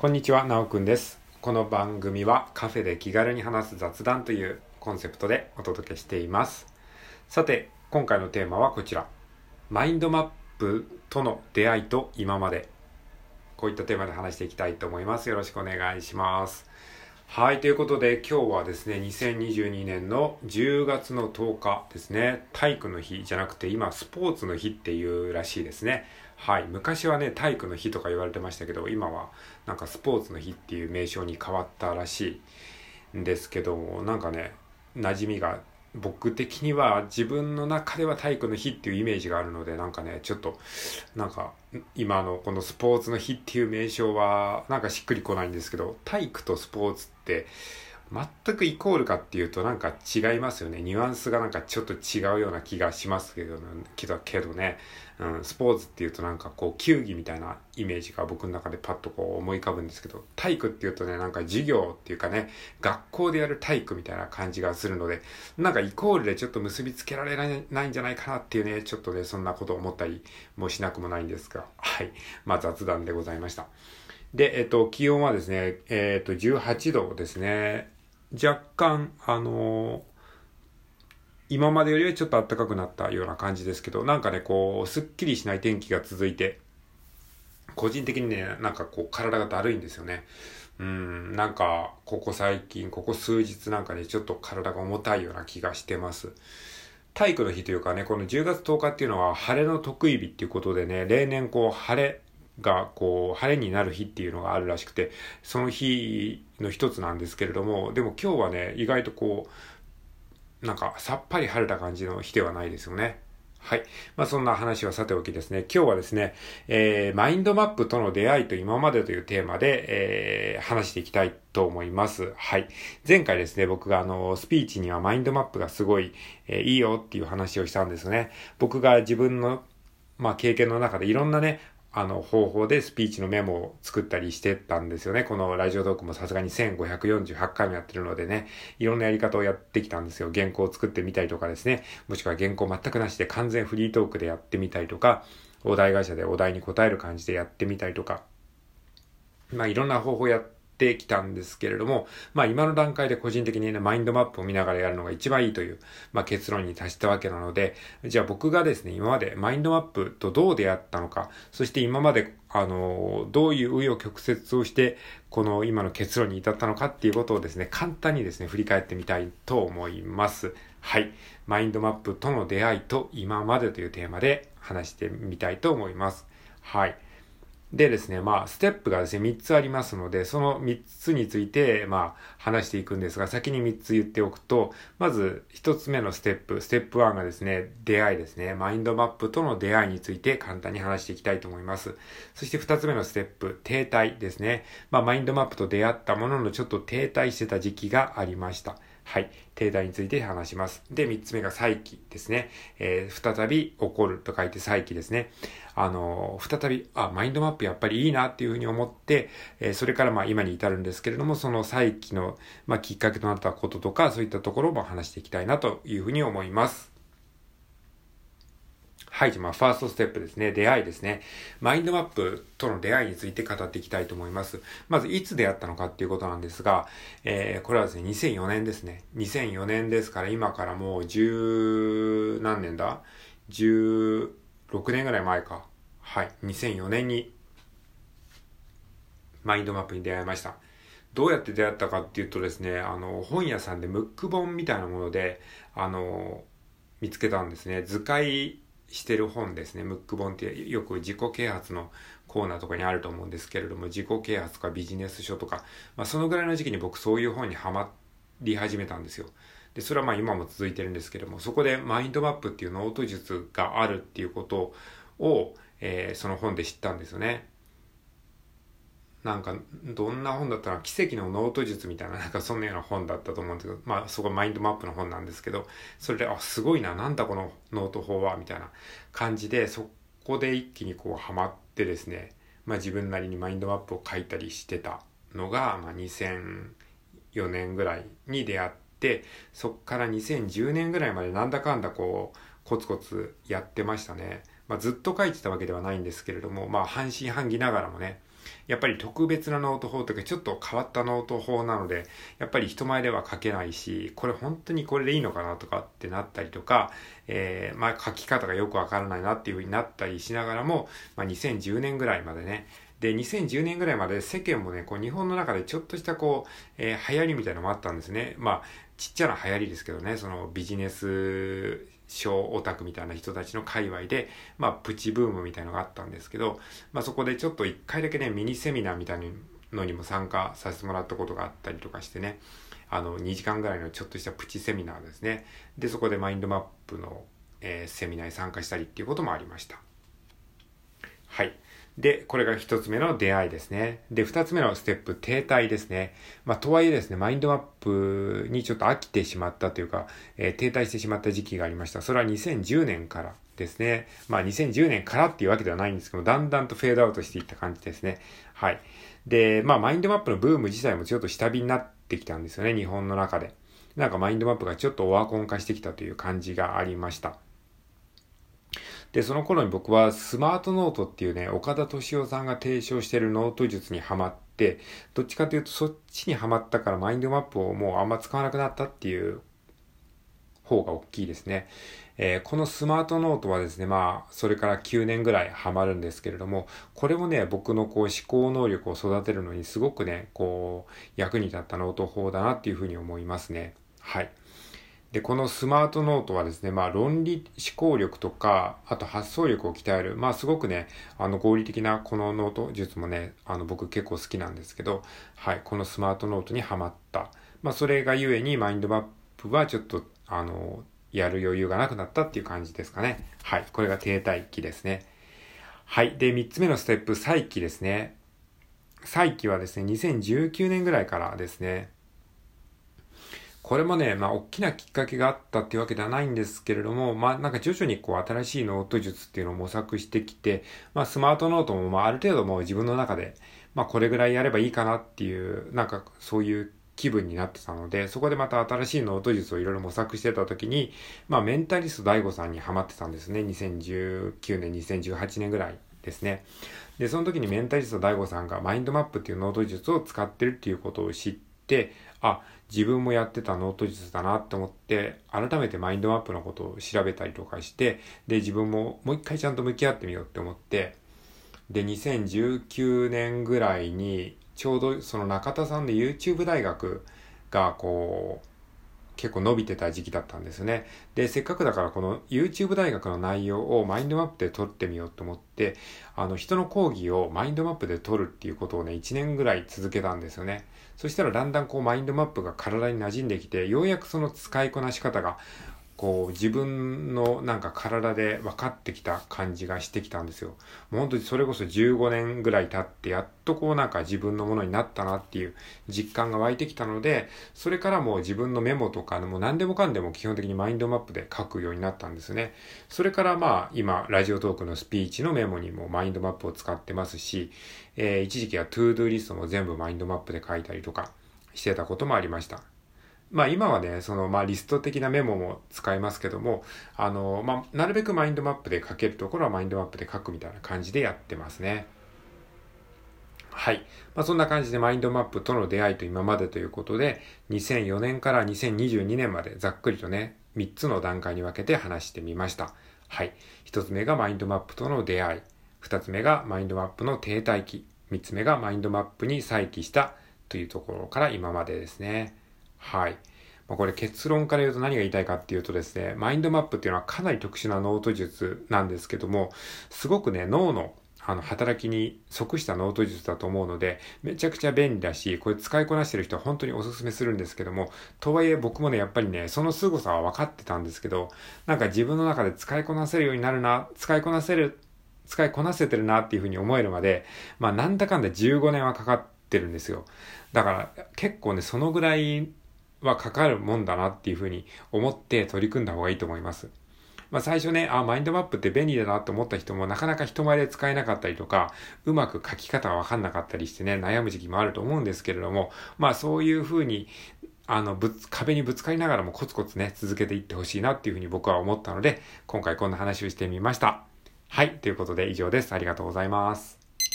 こんにちは、なおくんです。この番組はカフェで気軽に話す雑談というコンセプトでお届けしています。さて、今回のテーマはこちら。マインドマップとの出会いと今まで。こういったテーマで話していきたいと思います。よろしくお願いします。はい、ということで今日はですね、2022年の10月の10日ですね、体育の日じゃなくて今スポーツの日っていうらしいですね。はい、昔はね、体育の日とか言われてましたけど、今はなんかスポーツの日っていう名称に変わったらしいんですけども、なんかね、馴染みが僕的には自分の中では体育の日っていうイメージがあるので、なんかね、ちょっとなんか今のこのスポーツの日っていう名称はなんかしっくりこないんですけど、体育とスポーツって全くイコールかっていうとなんか違いますよね。ニュアンスがなんかちょっと違うような気がしますけどね、スポーツっていうとなんかこう球技みたいなイメージが僕の中でパッとこう思い浮かぶんですけど、体育っていうとね、なんか授業っていうかね、学校でやる体育みたいな感じがするので、なんかイコールでちょっと結びつけられないんじゃないかなっていうね、ちょっとね、そんなことを思ったりもしなくもないんですが、はい。まあ雑談でございました。で、気温はですね、18度ですね。若干、今までよりはちょっと暖かくなったような感じですけど、なんかね、こう、すっきりしない天気が続いて、個人的にね、なんかこう、体がだるいんですよね。なんか、ここ最近、ここ数日なんかね、ちょっと体が重たいような気がしてます。体育の日というかね、この10月10日っていうのは晴れの得意日っていうことでね、例年こう、晴れになる日っていうのがあるらしくて、その日の一つなんですけれども、でも今日はね、意外とこう、なんかさっぱり晴れた感じの日ではないですよね。はい。まあそんな話はさておきですね。今日はですね、マインドマップとの出会いと今までというテーマで、話していきたいと思います。はい。前回ですね、僕がスピーチにはマインドマップがすごい、いいよっていう話をしたんですね。僕が自分の経験の中でいろんなね、方法でスピーチのメモを作ったりしてたんですよね。このラジオトークもさすがに1548回もやってるのでね、いろんなやり方をやってきたんですよ。原稿を作ってみたりとかですね、もしくは原稿全くなしで完全フリートークでやってみたりとか、お題会社でお題に答える感じでやってみたりとか、いろんな方法やってきたんですけれども、今の段階で個人的にね、マインドマップを見ながらやるのが一番いいという、結論に達したわけなので、じゃあ僕がですね、今までマインドマップとどう出会ったのか、そして今まで、どういう紆余曲折をして、この今の結論に至ったのかっていうことをですね、簡単にですね、振り返ってみたいと思います。はい。マインドマップとの出会いと今までというテーマで話してみたいと思います。はい。でですね、ステップがですね、3つありますので、その3つについて、話していくんですが、先に3つ言っておくと、まず1つ目のステップ1がですね、出会いですね。マインドマップとの出会いについて簡単に話していきたいと思います。そして2つ目のステップ、停滞ですね。マインドマップと出会ったもののちょっと停滞してた時期がありました。はい。停滞について話します。で、3つ目が再起ですね。再び起こると書いて再起ですね。再び、マインドマップやっぱりいいなっていうふうに思って、それから今に至るんですけれども、その再起の、きっかけとなったこととか、そういったところも話していきたいなというふうに思います。はい、ファーストステップですね。出会いですね。マインドマップとの出会いについて語っていきたいと思います。まず、いつ出会ったのかっていうことなんですが、これはですね、2004年ですね。2004年ですから、今からもう十何年だ ?16 年ぐらい前か。はい、2004年にマインドマップに出会いました。どうやって出会ったかっていうとですね、本屋さんでムック本みたいなもので、見つけたんですね。図解してる本ですね。ムック本ってよく自己啓発のコーナーとかにあると思うんですけれども、自己啓発とかビジネス書とか、そのぐらいの時期に僕そういう本にハマり始めたんですよ。で、それは今も続いてるんですけども、そこでマインドマップっていうノート術があるっていうことを、その本で知ったんですよね。なんか、どんな本だったら、奇跡のノート術みたいな、なんかそんなような本だったと思うんですけど、そこマインドマップの本なんですけど、それで、すごいな、なんだこのノート法は、みたいな感じで、そこで一気にこうハマってですね、自分なりにマインドマップを書いたりしてたのが、2004年ぐらいに出会って、そっから2010年ぐらいまでなんだかんだこう、コツコツやってましたね。ずっと書いてたわけではないんですけれども、半信半疑ながらもね、 やっぱり特別なノート法というかちょっと変わったノート法なので、やっぱり人前では書けないし、これ本当にこれでいいのかなとかってなったりとか、書き方がよくわからないなっていう風になったりしながらも、2010年ぐらいまでね、で、2010年ぐらいまで世間もね、こう日本の中でちょっとした流行りみたいなのもあったんですね。ちっちゃな流行りですけどね、そのビジネス小オタクみたいな人たちの界隈で、プチブームみたいなのがあったんですけど、そこでちょっと一回だけね、ミニセミナーみたいなのにも参加させてもらったことがあったりとかしてね、2時間ぐらいのちょっとしたプチセミナーですね。で、そこでマインドマップの、セミナーに参加したりっていうこともありました。はい。で、これが一つ目の出会いですね。で、二つ目のステップ、停滞ですね。とはいえですね、マインドマップにちょっと飽きてしまったというか、停滞してしまった時期がありました。それは2010年からですね。2010年からっていうわけではないんですけど、だんだんとフェードアウトしていった感じですね。はい。で、マインドマップのブーム自体もちょっと下火になってきたんですよね、日本の中で。なんかマインドマップがちょっとオワコン化してきたという感じがありました。で、その頃に僕はスマートノートっていうね、岡田敏夫さんが提唱しているノート術にハマって、どっちかというとそっちにハマったからマインドマップをもうあんま使わなくなったっていう方が大きいですね。このスマートノートはですね、それから9年ぐらいハマるんですけれども、これもね、僕の思考能力を育てるのにすごくね、役に立ったノート法だなっていうふうに思いますね。はい。で、このスマートノートはですね、論理思考力とか、あと発想力を鍛える、すごくね、合理的なこのノート術もね、僕結構好きなんですけど、はい、このスマートノートにハマった。それがゆえにマインドマップはちょっと、やる余裕がなくなったっていう感じですかね。はい、これが停滞期ですね。はい、で、三つ目のステップ、再起ですね。再起はですね、2019年ぐらいからですね、これもね、大きなきっかけがあったっていうわけではないんですけれども、なんか徐々に新しいノート術っていうのを模索してきて、スマートノートもある程度もう自分の中で、これぐらいやればいいかなっていう、なんかそういう気分になってたので、そこでまた新しいノート術をいろいろ模索してた時に、メンタリスト DAIGO さんにハマってたんですね。2019年、2018年ぐらいですね。で、その時にメンタリスト DAIGO さんがマインドマップっていうノート術を使ってるっていうことを知って、自分もやってたノート術だなって思って、改めてマインドマップのことを調べたりとかして、で、自分ももう一回ちゃんと向き合ってみようって思って、で、2019年ぐらいに、ちょうどその中田さんの YouTube 大学が結構伸びてた時期だったんですよね。で、せっかくだからこの YouTube 大学の内容をマインドマップで取ってみようと思って、人の講義をマインドマップで取るっていうことをね、1年ぐらい続けたんですよね。そしたらだんだんマインドマップが体に馴染んできて、ようやくその使いこなし方が自分のなんか体で分かってきた感じがしてきたんですよ。もう本当にそれこそ15年ぐらい経ってやっとなんか自分のものになったなっていう実感が湧いてきたので、それからもう自分のメモとかもう何でもかんでも基本的にマインドマップで書くようになったんですね。それから今ラジオトークのスピーチのメモにもマインドマップを使ってますし、一時期はトゥードゥーリストも全部マインドマップで書いたりとかしてたこともありました。今はね、リスト的なメモも使いますけども、なるべくマインドマップで書けるところはマインドマップで書くみたいな感じでやってますね。はい。そんな感じでマインドマップとの出会いと今までということで、2004年から2022年までざっくりとね、3つの段階に分けて話してみました。はい。1つ目がマインドマップとの出会い。2つ目がマインドマップの停滞期。3つ目がマインドマップに再起したというところから今までですね。はい。これ結論から言うと何が言いたいかっていうとですね、マインドマップっていうのはかなり特殊なノート術なんですけども、すごくね、脳の働きに即したノート術だと思うので、めちゃくちゃ便利だし、これ使いこなしてる人は本当におすすめするんですけども、とはいえ僕もね、やっぱりね、その凄さは分かってたんですけど、なんか自分の中で使いこなせるようになるな、使いこなせてるなっていうふうに思えるまで、なんだかんだ15年はかかってるんですよ。だから結構ね、そのぐらいはかかるもんだなっていうふうに思って取り組んだ方がいいと思います。最初ね、マインドマップって便利だなと思った人もなかなか人前で使えなかったりとか、うまく書き方がわかんなかったりしてね、悩む時期もあると思うんですけれども、そういうふうに、壁にぶつかりながらもコツコツね、続けていってほしいなっていうふうに僕は思ったので、今回こんな話をしてみました。はい、ということで以上です。ありがとうございます。